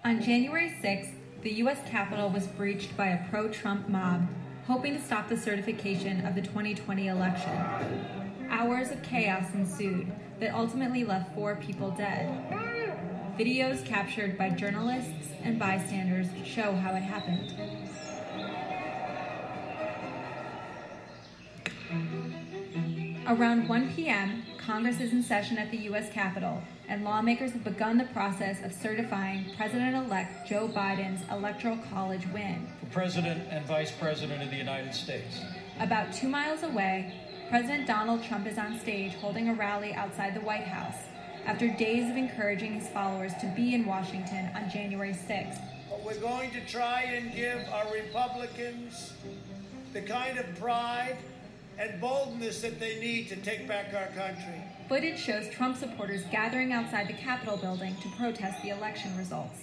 On January 6th, the U.S. Capitol was breached by a pro-Trump mob, hoping to stop the certification of the 2020 election. Hours of chaos ensued that ultimately left 4 people dead. Videos captured by journalists and bystanders show how it happened. Around 1 p.m., Congress is in session at the U.S. Capitol, and lawmakers have begun the process of certifying President-elect Joe Biden's Electoral College win. For President and Vice President of the United States. About 2 miles away, President Donald Trump is on stage holding a rally outside the White House after days of encouraging his followers to be in Washington on January 6th. But we're going to try and give our Republicans the kind of pride and boldness that they need to take back our country. Footage shows Trump supporters gathering outside the Capitol building to protest the election results.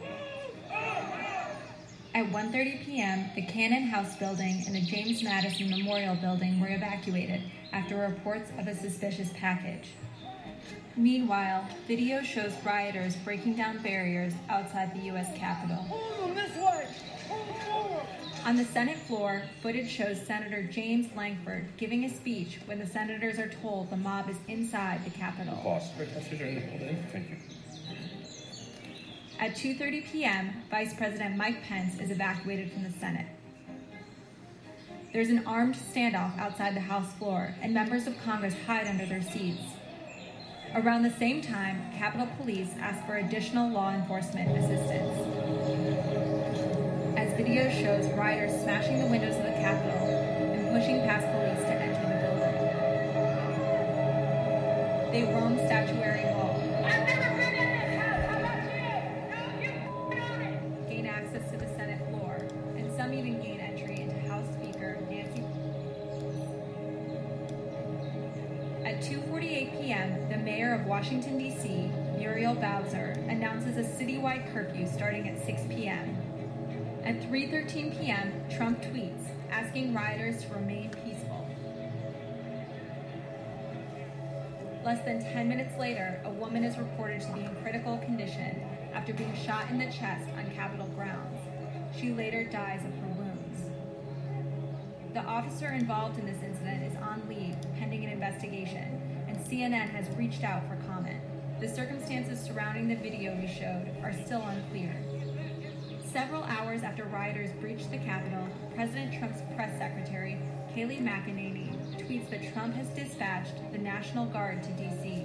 At 1:30 p.m., the Cannon House building and the James Madison Memorial Building were evacuated after reports of a suspicious package. Meanwhile, video shows rioters breaking down barriers outside the U.S. Capitol. Hold them this way! On the Senate floor, footage shows Senator James Lankford giving a speech when the senators are told the mob is inside the Capitol. Thank you. At 2:30 p.m., Vice President Mike Pence is evacuated from the Senate. There's an armed standoff outside the House floor, and members of Congress hide under their seats. Around the same time, Capitol Police ask for additional law enforcement assistance. As video shows rioters smashing the windows of the Capitol and pushing past police to enter the building. They roam Statuary Hall. I've never been in this house. How about you? No, you get on it. Gain access to the Senate floor, and some even gain entry into House Speaker Nancy. At 2:48 p.m., the mayor of Washington, D.C., Muriel Bowser, announces a citywide curfew starting at 6 p.m. At 3:13 p.m., Trump tweets, asking rioters to remain peaceful. Less than 10 minutes later, a woman is reported to be in critical condition after being shot in the chest on Capitol grounds. She later dies of her wounds. The officer involved in this incident is on leave pending an investigation, and CNN has reached out for comment. The circumstances surrounding the video we showed are still unclear. Several hours after rioters breached the Capitol, President Trump's press secretary, Kayleigh McEnany, tweets that Trump has dispatched the National Guard to D.C.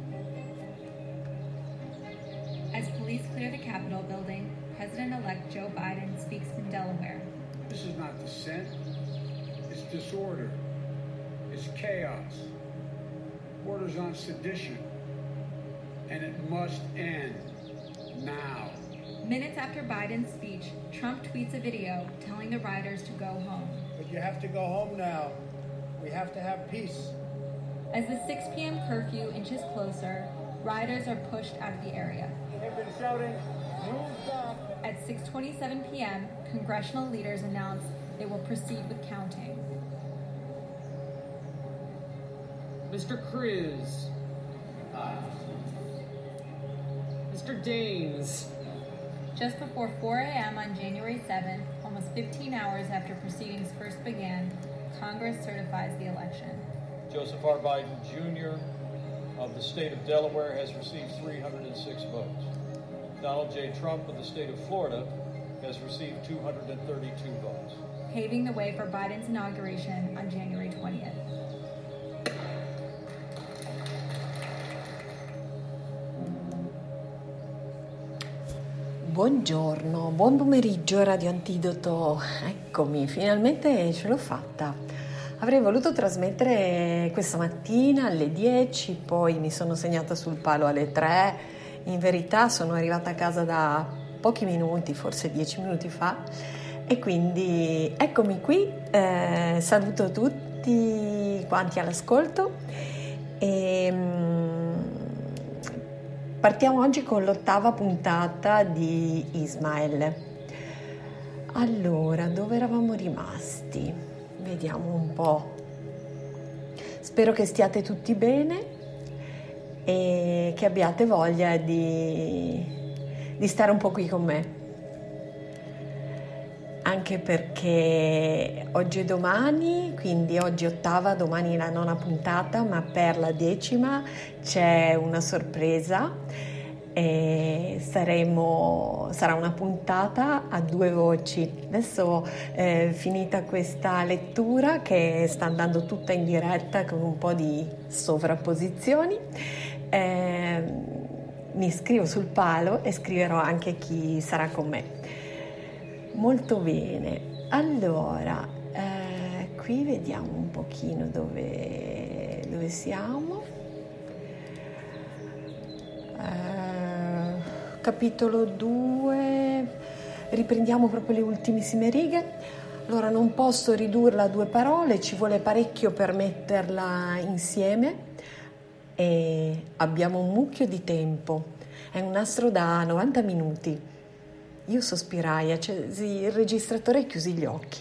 As police clear the Capitol building, President-elect Joe Biden speaks from Delaware. This is not dissent. It's disorder. It's chaos. Borders on sedition. And it must end now. Minutes after Biden's speech, Trump tweets a video telling the rioters to go home. But you have to go home now. We have to have peace. As the 6 p.m. curfew inches closer, rioters are pushed out of the area. They've been shouting, move back. At 6:27 p.m., congressional leaders announce they will proceed with counting. Mr. Cruz. Mr. Daines. Just before 4 a.m. on January 7th, almost 15 hours after proceedings first began, Congress certifies the election. Joseph R. Biden, Jr. of the state of Delaware has received 306 votes. Donald J. Trump of the state of Florida has received 232 votes. Paving the way for Biden's inauguration on January 20th. Buongiorno, buon pomeriggio Radio Antidoto, eccomi, finalmente ce l'ho fatta. Avrei voluto trasmettere questa mattina alle 10, poi mi sono segnata sul palo alle 3, in verità sono arrivata a casa da pochi minuti, forse 10 minuti fa, e quindi eccomi qui, saluto tutti quanti all'ascolto e partiamo oggi con l'8ª puntata di Ismael. Allora, dove eravamo rimasti? Vediamo un po'. Spero che stiate tutti bene e che abbiate voglia di di stare un po' qui con me. Anche perché oggi e domani, quindi oggi 8ª, domani la 9ª puntata, ma per la 10ª c'è una sorpresa e sarà una puntata a 2 voci. Adesso finita questa lettura che sta andando tutta in diretta con un po' di sovrapposizioni, mi iscrivo sul palo e scriverò anche chi sarà con me. Molto bene, allora qui vediamo un pochino dove siamo. Capitolo 2, riprendiamo proprio le ultimissime righe. Allora, non posso ridurla a 2 parole, ci vuole parecchio per metterla insieme e abbiamo un mucchio di tempo, è un nastro da 90 minuti. Io sospirai, accesi il registratore e chiusi gli occhi.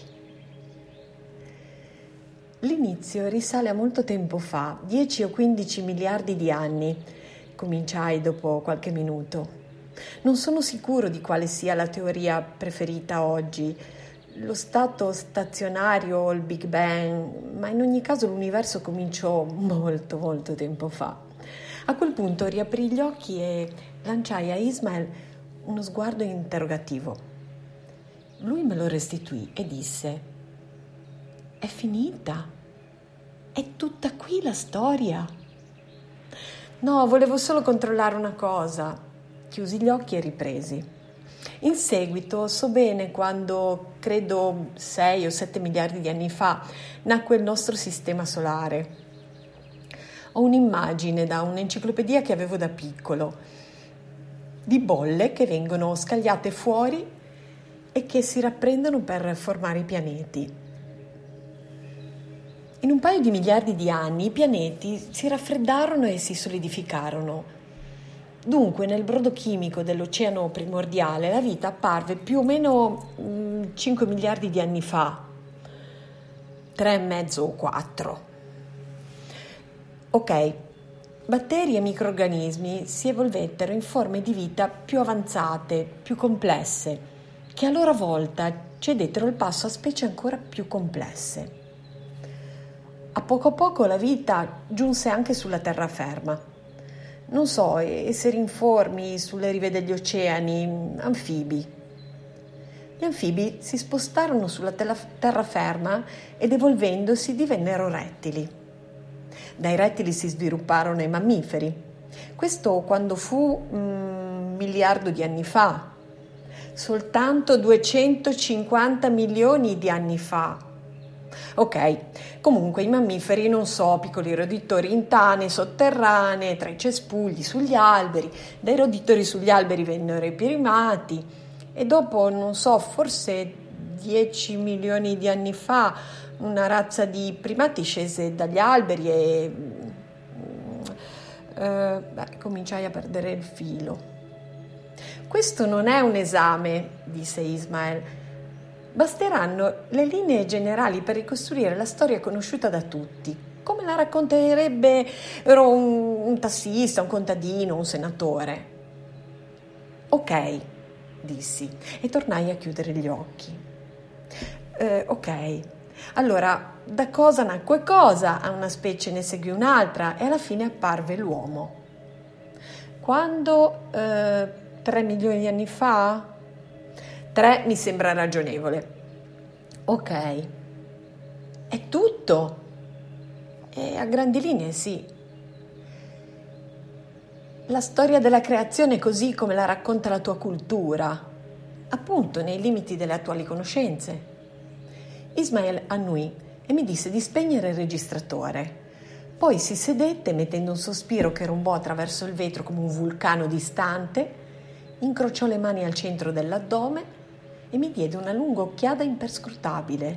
L'inizio risale a molto tempo fa, 10 o 15 miliardi di anni, cominciai dopo qualche minuto. Non sono sicuro di quale sia la teoria preferita oggi, lo stato stazionario o il Big Bang, ma in ogni caso l'universo cominciò molto, molto tempo fa. A quel punto riaprì gli occhi e lanciai a Ismael uno sguardo interrogativo. Lui me lo restituì e disse: «È finita? È tutta qui la storia?» «No, volevo solo controllare una cosa». Chiusi gli occhi e ripresi. In seguito so bene quando, credo 6 o 7 miliardi di anni fa, nacque il nostro sistema solare. Ho un'immagine da un'enciclopedia che avevo da piccolo, di bolle che vengono scagliate fuori e che si rapprendono per formare i pianeti. In un paio di miliardi di anni i pianeti si raffreddarono e si solidificarono. Dunque, nel brodo chimico dell'oceano primordiale la vita apparve più o meno 5 miliardi di anni fa, 3,5 o 4. Ok. Batteri e microrganismi si evolvettero in forme di vita più avanzate, più complesse, che a loro volta cedettero il passo a specie ancora più complesse. A poco la vita giunse anche sulla terraferma. Non so, esseri informi sulle rive degli oceani, anfibi. Gli anfibi si spostarono sulla terraferma ed evolvendosi divennero rettili. Dai rettili si svilupparono i mammiferi. Questo quando fu 1 miliardo di anni fa. Soltanto 250 milioni di anni fa. Ok, comunque i mammiferi, non so, piccoli roditori in tane sotterranee, tra i cespugli, sugli alberi. Dai roditori sugli alberi vennero i primati e dopo, non so, forse 10 milioni di anni fa una razza di primati scese dagli alberi e cominciai a perdere il filo. Questo non è un esame, disse Ismael. Basteranno le linee generali per ricostruire la storia conosciuta da tutti, come la racconterebbe un tassista, un contadino, un senatore. Ok, dissi e tornai a chiudere gli occhi. Ok. Allora, da cosa nacque cosa, a una specie ne seguì un'altra e alla fine apparve l'uomo. Quando 3 milioni di anni fa? 3 mi sembra ragionevole. Ok. È tutto? E a grandi linee sì. La storia della creazione così come la racconta la tua cultura, appunto nei limiti delle attuali conoscenze. Ismael annui e mi disse di spegnere il registratore. Poi si sedette, mettendo un sospiro che rombò attraverso il vetro come un vulcano distante, incrociò le mani al centro dell'addome e mi diede una lunga occhiata imperscrutabile.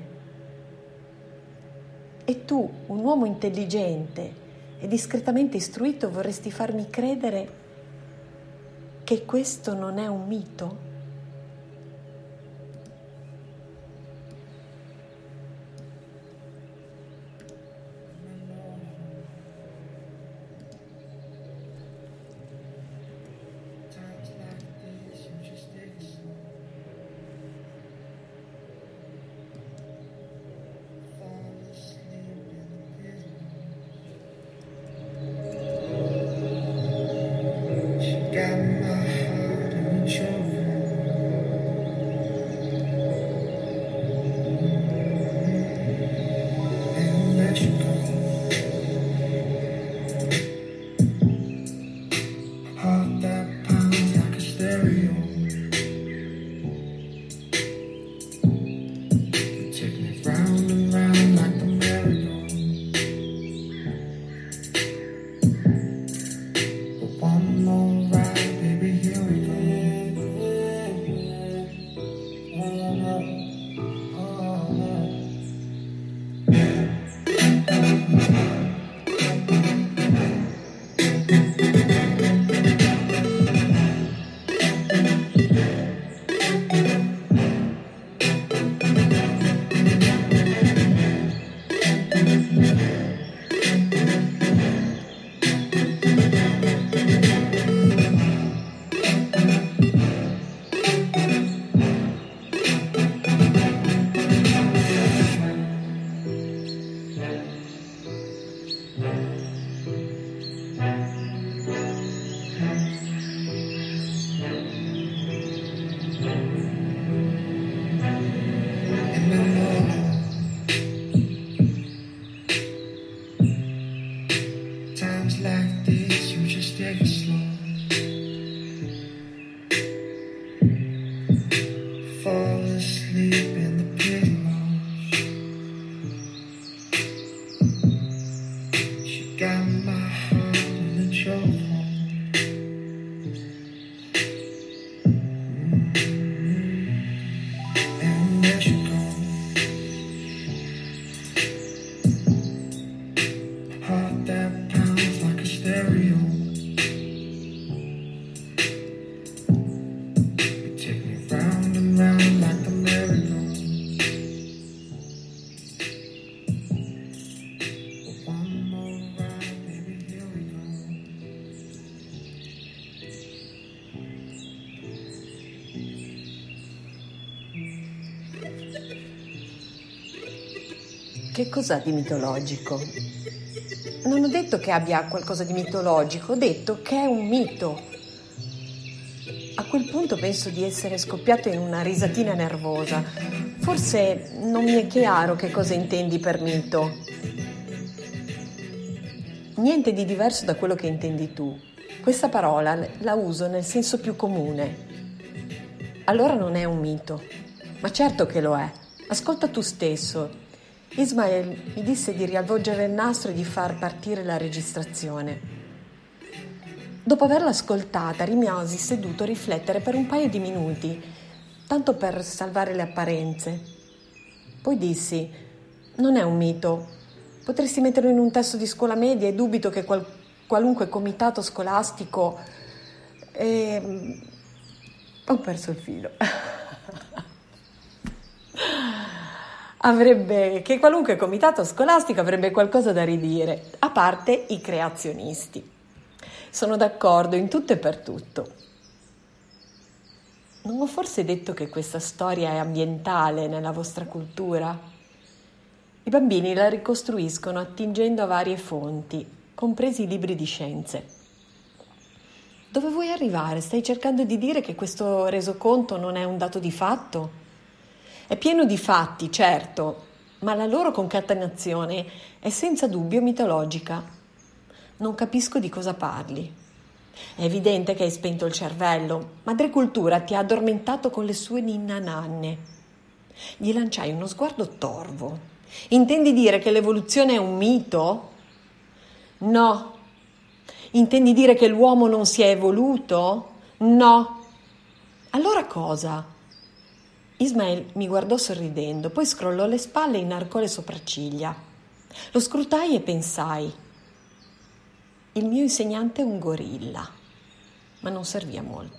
E tu, un uomo intelligente e discretamente istruito, vorresti farmi credere che questo non è un mito? never slow. Fall asleep in the pillows. She got my heart in a chokehold. And there she goes. Heart that pounds like a stereo. You take me round and round like the merry-go. But one more ride, baby, here we go. Che cos'ha di mitologico? Non ho detto che abbia qualcosa di mitologico, ho detto che è un mito. A quel punto penso di essere scoppiato in una risatina nervosa. Forse non mi è chiaro che cosa intendi per mito. Niente di diverso da quello che intendi tu. Questa parola la uso nel senso più comune. Allora non è un mito. Ma certo che lo è. Ascolta tu stesso. Ismael mi disse di riavvolgere il nastro e di far partire la registrazione. Dopo averla ascoltata, rimasi seduto a riflettere per un paio di minuti, tanto per salvare le apparenze. Poi dissi: non è un mito. Potresti metterlo in un testo di scuola media e dubito che qualunque comitato scolastico... Ho perso il filo. Che qualunque comitato scolastico avrebbe qualcosa da ridire, a parte i creazionisti. Sono d'accordo in tutto e per tutto. Non ho forse detto che questa storia è ambientale nella vostra cultura? I bambini la ricostruiscono attingendo a varie fonti, compresi i libri di scienze. Dove vuoi arrivare? Stai cercando di dire che questo resoconto non è un dato di fatto? È pieno di fatti, certo, ma la loro concatenazione è senza dubbio mitologica. Non capisco di cosa parli. È evidente che hai spento il cervello. Madre Cultura ti ha addormentato con le sue ninna-nanne. Gli lanciai uno sguardo torvo. Intendi dire che l'evoluzione è un mito? No. Intendi dire che l'uomo non si è evoluto? No. Allora cosa? Ismael mi guardò sorridendo, poi scrollò le spalle e inarcò le sopracciglia. Lo scrutai e pensai: il mio insegnante è un gorilla, ma non servì a molto.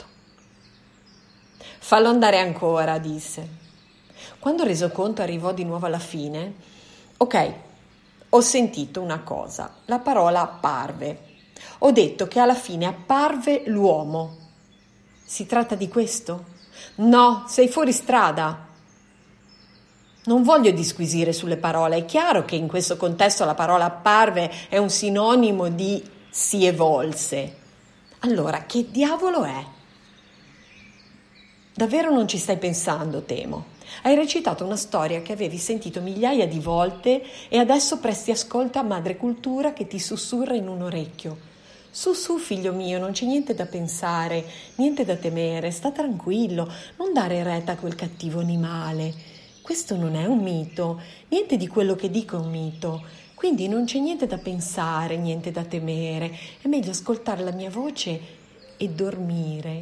Fallo andare ancora, disse. Quando il resoconto arrivò di nuovo alla fine, ok, ho sentito una cosa, la parola apparve. Ho detto che alla fine apparve l'uomo. Si tratta di questo? No, sei fuori strada. Non voglio disquisire sulle parole. È chiaro che in questo contesto la parola apparve è un sinonimo di si evolse. Allora, che diavolo è? Davvero non ci stai pensando, temo. Hai recitato una storia che avevi sentito migliaia di volte e adesso presti ascolto a Madre Cultura che ti sussurra in un orecchio. Su, figlio mio, non c'è niente da pensare, niente da temere, sta tranquillo, non dare retta a quel cattivo animale. Questo non è un mito, niente di quello che dico è un mito, quindi non c'è niente da pensare, niente da temere, è meglio ascoltare la mia voce e dormire.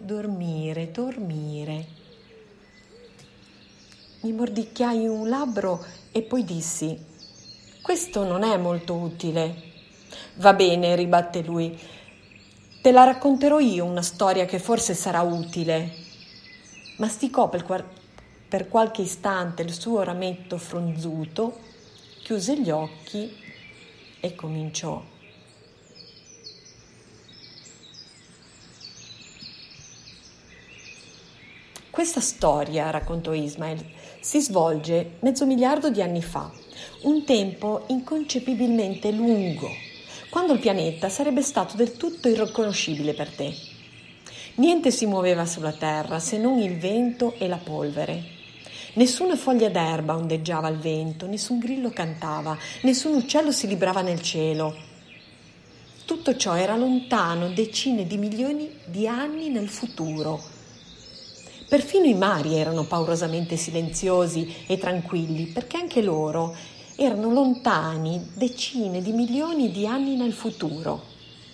Mi mordicchiai un labbro e poi dissi: questo non è molto utile. Va bene, ribatte lui, te la racconterò io una storia che forse sarà utile. Masticò per qualche istante il suo rametto fronzuto, chiuse gli occhi e cominciò. Questa storia, raccontò Ismael, si svolge 500 miliardi di anni fa, un tempo inconcepibilmente lungo, quando il pianeta sarebbe stato del tutto irriconoscibile per te. Niente si muoveva sulla Terra se non il vento e la polvere. Nessuna foglia d'erba ondeggiava al vento, nessun grillo cantava, nessun uccello si librava nel cielo. Tutto ciò era lontano decine di milioni di anni nel futuro. Perfino i mari erano paurosamente silenziosi e tranquilli, perché anche loro erano lontani decine di milioni di anni nel futuro.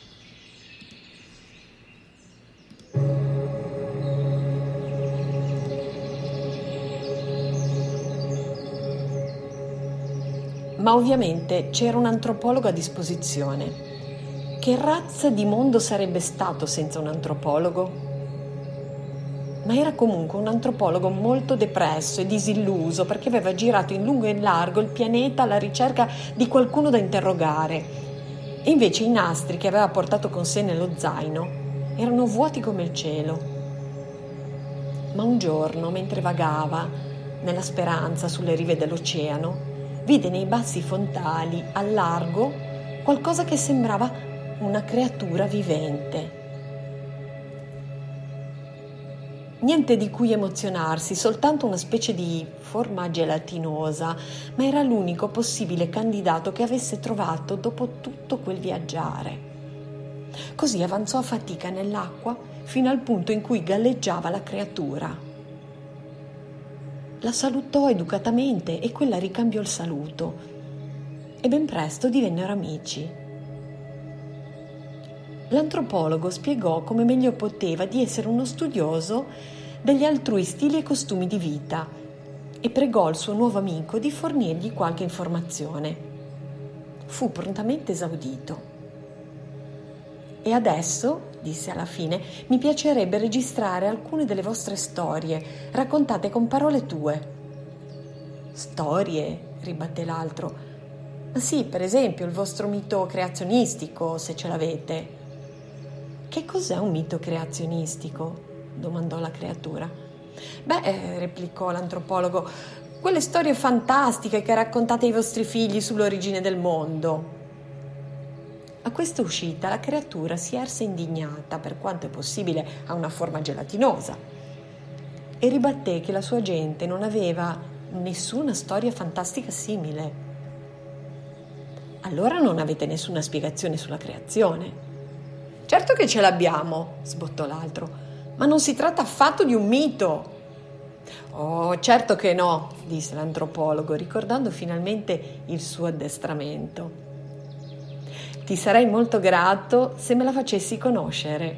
Ma ovviamente c'era un antropologo a disposizione. Che razza di mondo sarebbe stato senza un antropologo? Ma era comunque un antropologo molto depresso e disilluso perché aveva girato in lungo e in largo il pianeta alla ricerca di qualcuno da interrogare. E invece i nastri che aveva portato con sé nello zaino erano vuoti come il cielo. Ma un giorno, mentre vagava nella speranza sulle rive dell'oceano, vide nei bassi fondali, al largo, qualcosa che sembrava una creatura vivente. Niente di cui emozionarsi, soltanto una specie di forma gelatinosa, ma era l'unico possibile candidato che avesse trovato dopo tutto quel viaggiare. Così avanzò a fatica nell'acqua fino al punto in cui galleggiava la creatura. La salutò educatamente e quella ricambiò il saluto e ben presto divennero amici. L'antropologo spiegò come meglio poteva di essere uno studioso degli altrui stili e costumi di vita e pregò il suo nuovo amico di fornirgli qualche informazione. Fu prontamente esaudito. E adesso, disse alla fine, mi piacerebbe registrare alcune delle vostre storie, raccontate con parole tue. Storie? Ribatté l'altro. Ma sì, per esempio, il vostro mito creazionistico, se ce l'avete. Che cos'è un mito creazionistico? Domandò la creatura. Beh, replicò l'antropologo, quelle storie fantastiche che raccontate ai vostri figli sull'origine del mondo. A questa uscita la creatura si erse indignata, per quanto è possibile a una forma gelatinosa, e ribatté che la sua gente non aveva nessuna storia fantastica simile. Allora non avete nessuna spiegazione sulla creazione. Certo che ce l'abbiamo, sbottò l'altro, ma non si tratta affatto di un mito. Oh, certo che no, disse l'antropologo, ricordando finalmente il suo addestramento. Ti sarei molto grato se me la facessi conoscere.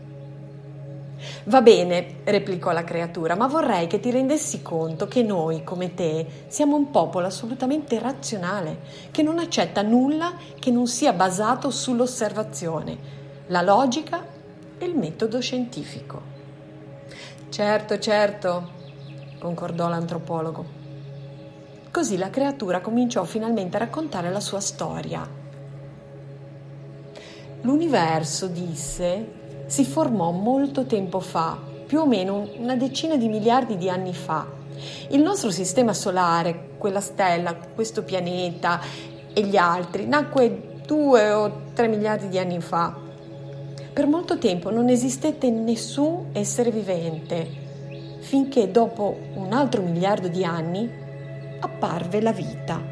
Va bene, replicò la creatura, ma vorrei che ti rendessi conto che noi, come te, siamo un popolo assolutamente razionale, che non accetta nulla che non sia basato sull'osservazione, la logica e il metodo scientifico. Certo, concordò l'antropologo. Così la creatura cominciò finalmente a raccontare la sua storia. L'universo, disse, si formò molto tempo fa, più o meno una decina di miliardi di anni fa. Il nostro sistema solare, quella stella, questo pianeta e gli altri, nacque 2 o 3 miliardi di anni fa. Per molto tempo non esistette nessun essere vivente, finché dopo un altro miliardo di anni apparve la vita.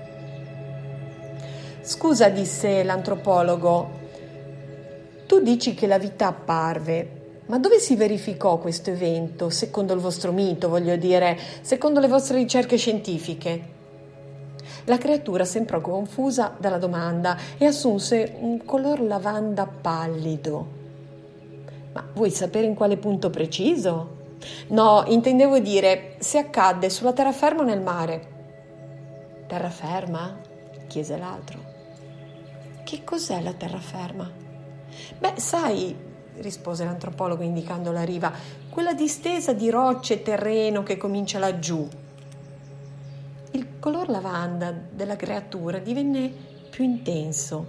Scusa, disse l'antropologo, tu dici che la vita apparve, ma dove si verificò questo evento, secondo il vostro mito, voglio dire, secondo le vostre ricerche scientifiche? La creatura sembrò confusa dalla domanda e assunse un color lavanda pallido. Ma vuoi sapere in quale punto preciso? No, intendevo dire se accadde sulla terraferma o nel mare. Terraferma? Chiese l'altro. Che cos'è la terraferma? Beh, sai, rispose l'antropologo indicando la riva, quella distesa di rocce e terreno che comincia laggiù. Il color lavanda della creatura divenne più intenso.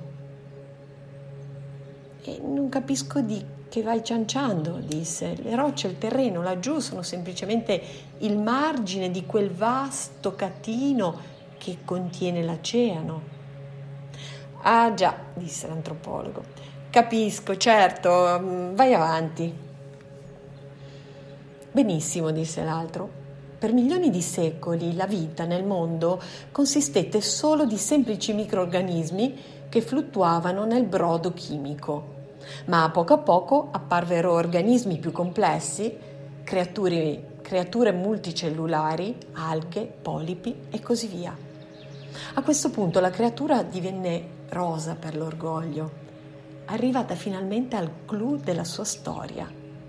E non capisco di che vai cianciando, disse. Le rocce e il terreno laggiù sono semplicemente il margine di quel vasto catino che contiene l'oceano. Ah già, disse l'antropologo. Capisco, certo, vai avanti. Benissimo, disse l'altro. Per milioni di secoli la vita nel mondo consistette solo di semplici microrganismi che fluttuavano nel brodo chimico, ma a poco apparvero organismi più complessi, creature multicellulari, alghe, polipi e così via. A questo punto la creatura divenne rosa per l'orgoglio, arrivata finalmente al clou della sua storia.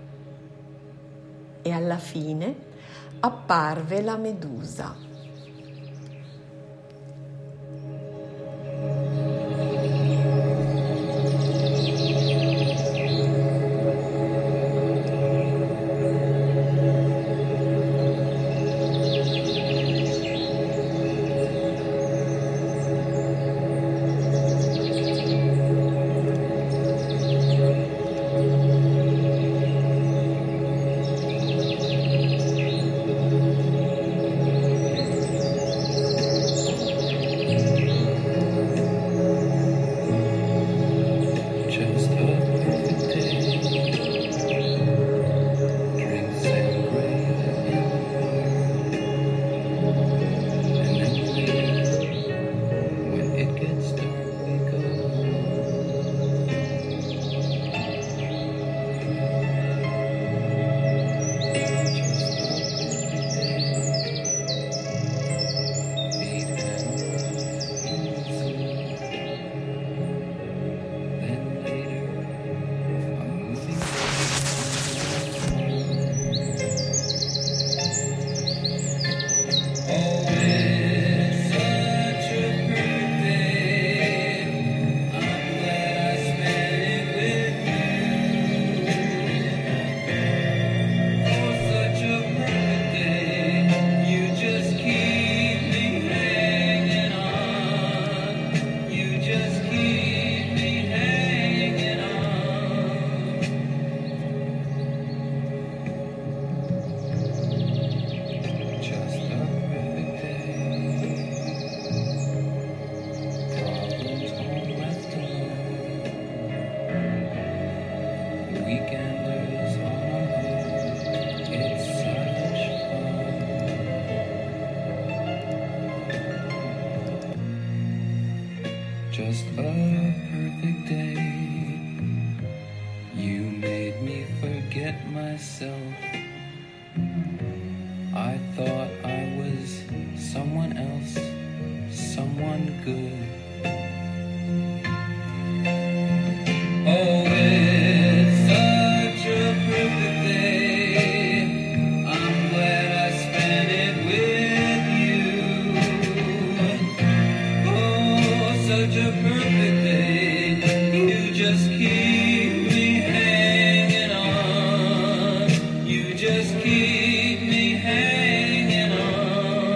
E alla fine apparve la Medusa. Just a perfect day. You made me forget myself. I thought I was someone else, someone good. Oh, it's such a perfect day. I'm glad I spent it with you. Oh, such a perfect day. You just keep me hanging on. You just keep me hanging on.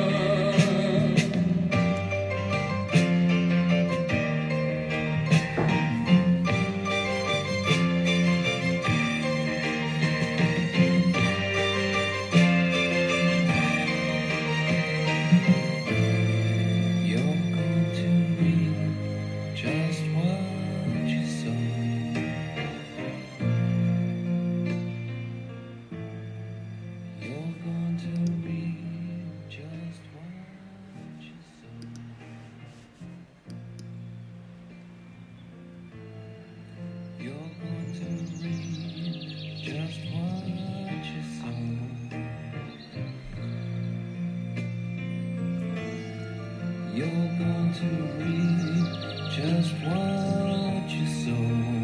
You're going to reap just what you sow. You're going to reap just what you sow. You're going to reap just what you sow. You're going to reap just what you sow.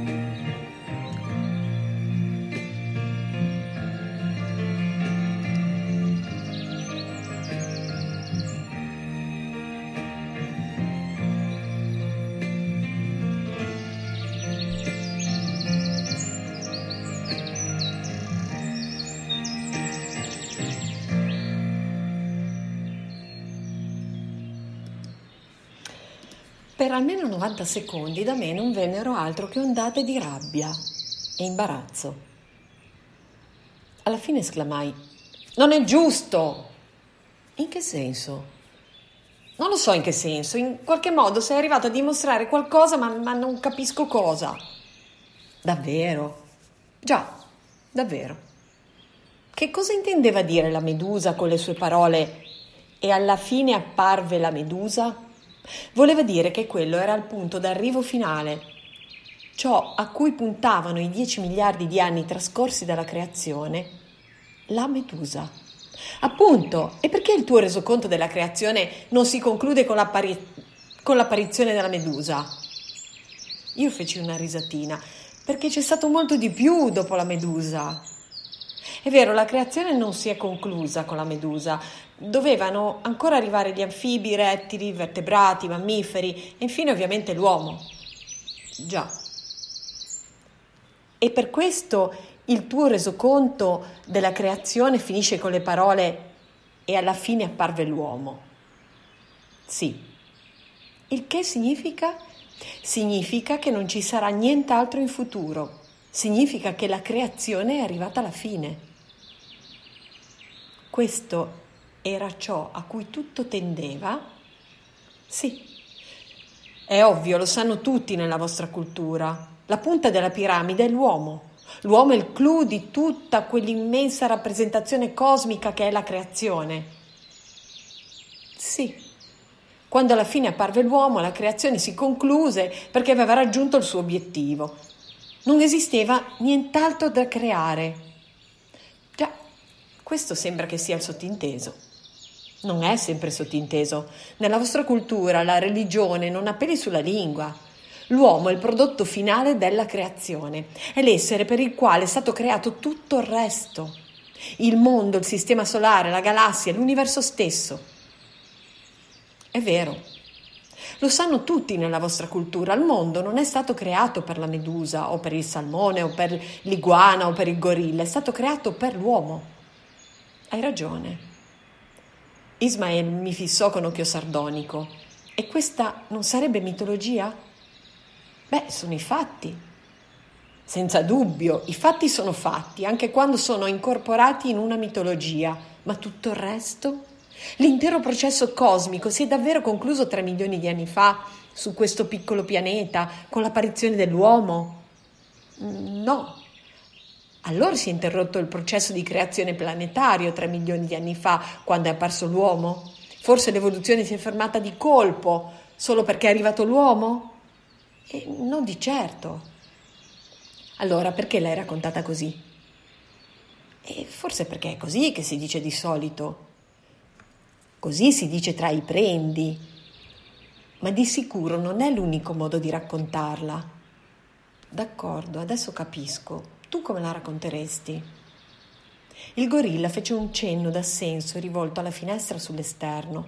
Per almeno 90 secondi da me non vennero altro che ondate di rabbia e imbarazzo. Alla fine esclamai: "Non è giusto!" In che senso? Non lo so in che senso. In qualche modo sei arrivato a dimostrare qualcosa, ma non capisco cosa. Davvero? Già, davvero. Che cosa intendeva dire la Medusa con le sue parole "e alla fine apparve la Medusa"? Voleva dire che quello era il punto d'arrivo finale, ciò a cui puntavano i 10 miliardi di anni trascorsi dalla creazione, la Medusa. Appunto, e perché il tuo resoconto della creazione non si conclude con l'apparizione della Medusa? Io feci una risatina, perché c'è stato molto di più dopo la Medusa. È vero, la creazione non si è conclusa con la Medusa. Dovevano ancora arrivare gli anfibi, i rettili, i vertebrati, i mammiferi e infine ovviamente l'uomo. Già. E per questo il tuo resoconto della creazione finisce con le parole "e alla fine apparve l'uomo". Sì. Il che significa? Significa che non ci sarà nient'altro in futuro. Significa che la creazione è arrivata alla fine. Questo era ciò a cui tutto tendeva? Sì. È ovvio, lo sanno tutti nella vostra cultura. La punta della piramide è l'uomo. L'uomo è il clou di tutta quell'immensa rappresentazione cosmica che è la creazione. Sì. Quando alla fine apparve l'uomo, la creazione si concluse perché aveva raggiunto il suo obiettivo. Non esisteva nient'altro da creare. Già, questo sembra che sia il sottinteso. Non è sempre sottinteso. Nella vostra cultura la religione non ha peli sulla lingua. L'uomo è il prodotto finale della creazione. È l'essere per il quale è stato creato tutto il resto. Il mondo, il sistema solare, la galassia, l'universo stesso. È vero. Lo sanno tutti nella vostra cultura. Il mondo non è stato creato per la medusa o per il salmone o per l'iguana o per il gorilla. È stato creato per l'uomo. Hai ragione. Ismael mi fissò con occhio sardonico. E questa non sarebbe mitologia? Beh, sono i fatti. Senza dubbio, i fatti sono fatti, anche quando sono incorporati in una mitologia. Ma tutto il resto? L'intero processo cosmico si è davvero concluso 3 milioni di anni fa, su questo piccolo pianeta, con l'apparizione dell'uomo? No. Allora si è interrotto il processo di creazione planetario 3 milioni di anni fa, quando è apparso l'uomo? Forse l'evoluzione si è fermata di colpo, solo perché è arrivato l'uomo? Non di certo. Allora, perché l'hai raccontata così? Forse perché è così che si dice di solito. Così si dice tra i prendi. Ma di sicuro non è l'unico modo di raccontarla. D'accordo, adesso capisco. Tu come la racconteresti? Il gorilla fece un cenno d'assenso rivolto alla finestra sull'esterno.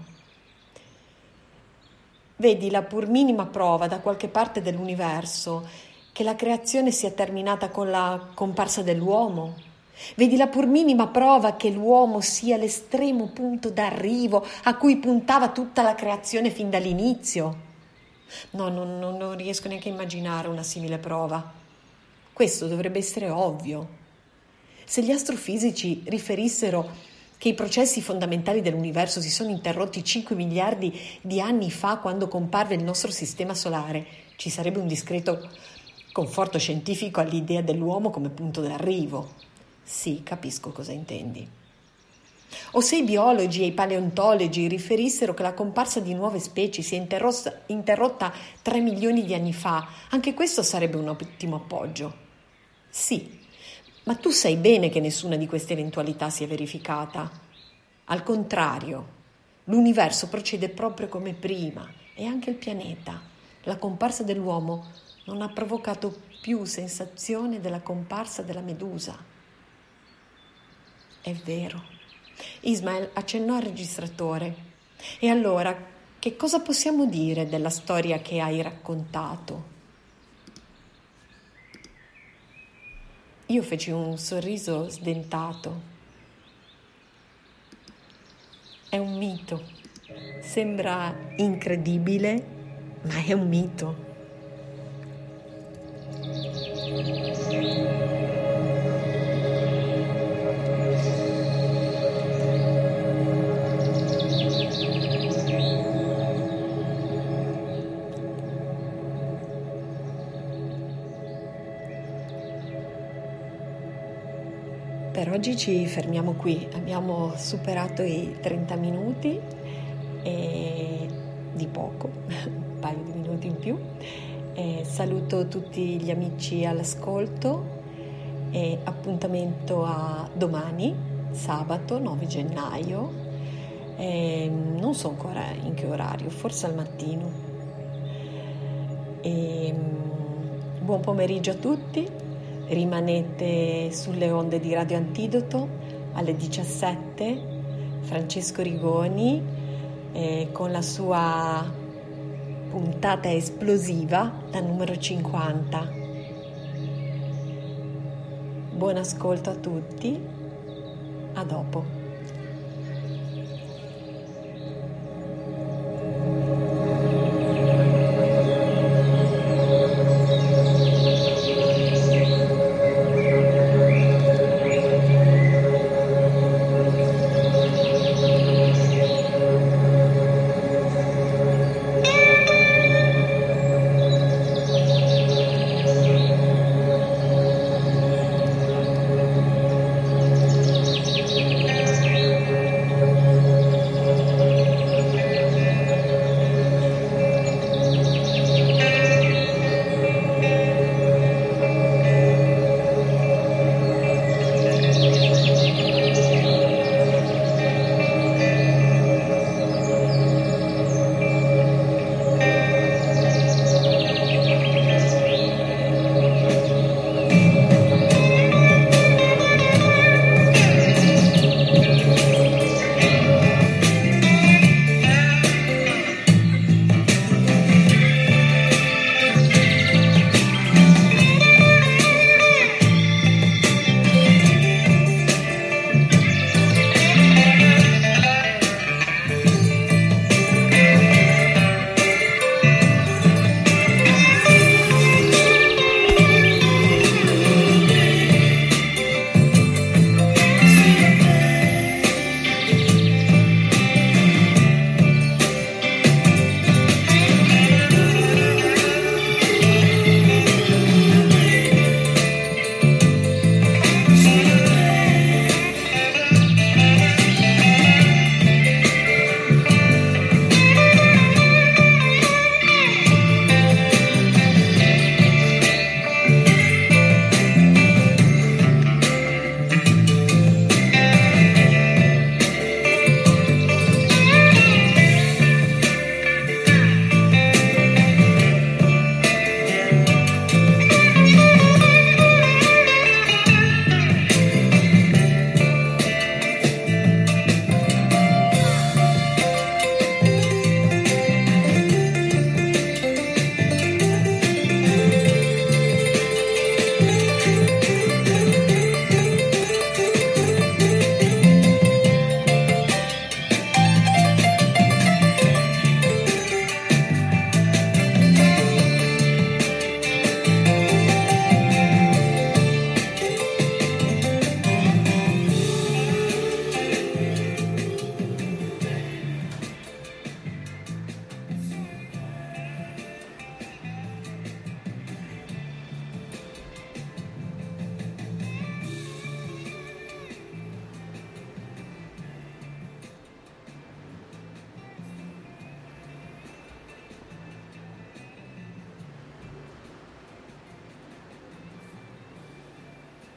Vedi la pur minima prova da qualche parte dell'universo che la creazione sia terminata con la comparsa dell'uomo? Vedi la pur minima prova che l'uomo sia l'estremo punto d'arrivo a cui puntava tutta la creazione fin dall'inizio? No, non riesco neanche a immaginare una simile prova. Questo dovrebbe essere ovvio. Se gli astrofisici riferissero che i processi fondamentali dell'universo si sono interrotti 5 miliardi di anni fa quando comparve il nostro sistema solare, ci sarebbe un discreto conforto scientifico all'idea dell'uomo come punto d'arrivo. Sì, capisco cosa intendi. O se i biologi e i paleontologi riferissero che la comparsa di nuove specie si è interrotta 3 milioni di anni fa, anche questo sarebbe un ottimo appoggio. Sì, ma tu sai bene che nessuna di queste eventualità si è verificata. Al contrario, l'universo procede proprio come prima e anche il pianeta. La comparsa dell'uomo non ha provocato più sensazione della comparsa della medusa. È vero. Ismael accennò al registratore. E allora, che cosa possiamo dire della storia che hai raccontato? Io feci un sorriso sdentato. È un mito. Sembra incredibile, ma è un mito. Per oggi ci fermiamo qui, abbiamo superato i 30 minuti e di poco, un paio di minuti in più. Saluto tutti gli amici all'ascolto e appuntamento a domani, sabato 9 gennaio, non so ancora in che orario, forse al mattino. Buon pomeriggio a tutti, rimanete sulle onde di Radio Antidoto alle 17, Francesco Rigoni con la sua puntata esplosiva, la numero 50. Buon ascolto a tutti, a dopo.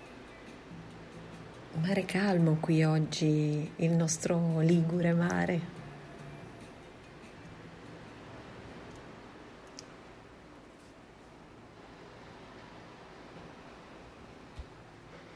Mare calmo qui oggi, il nostro Ligure mare.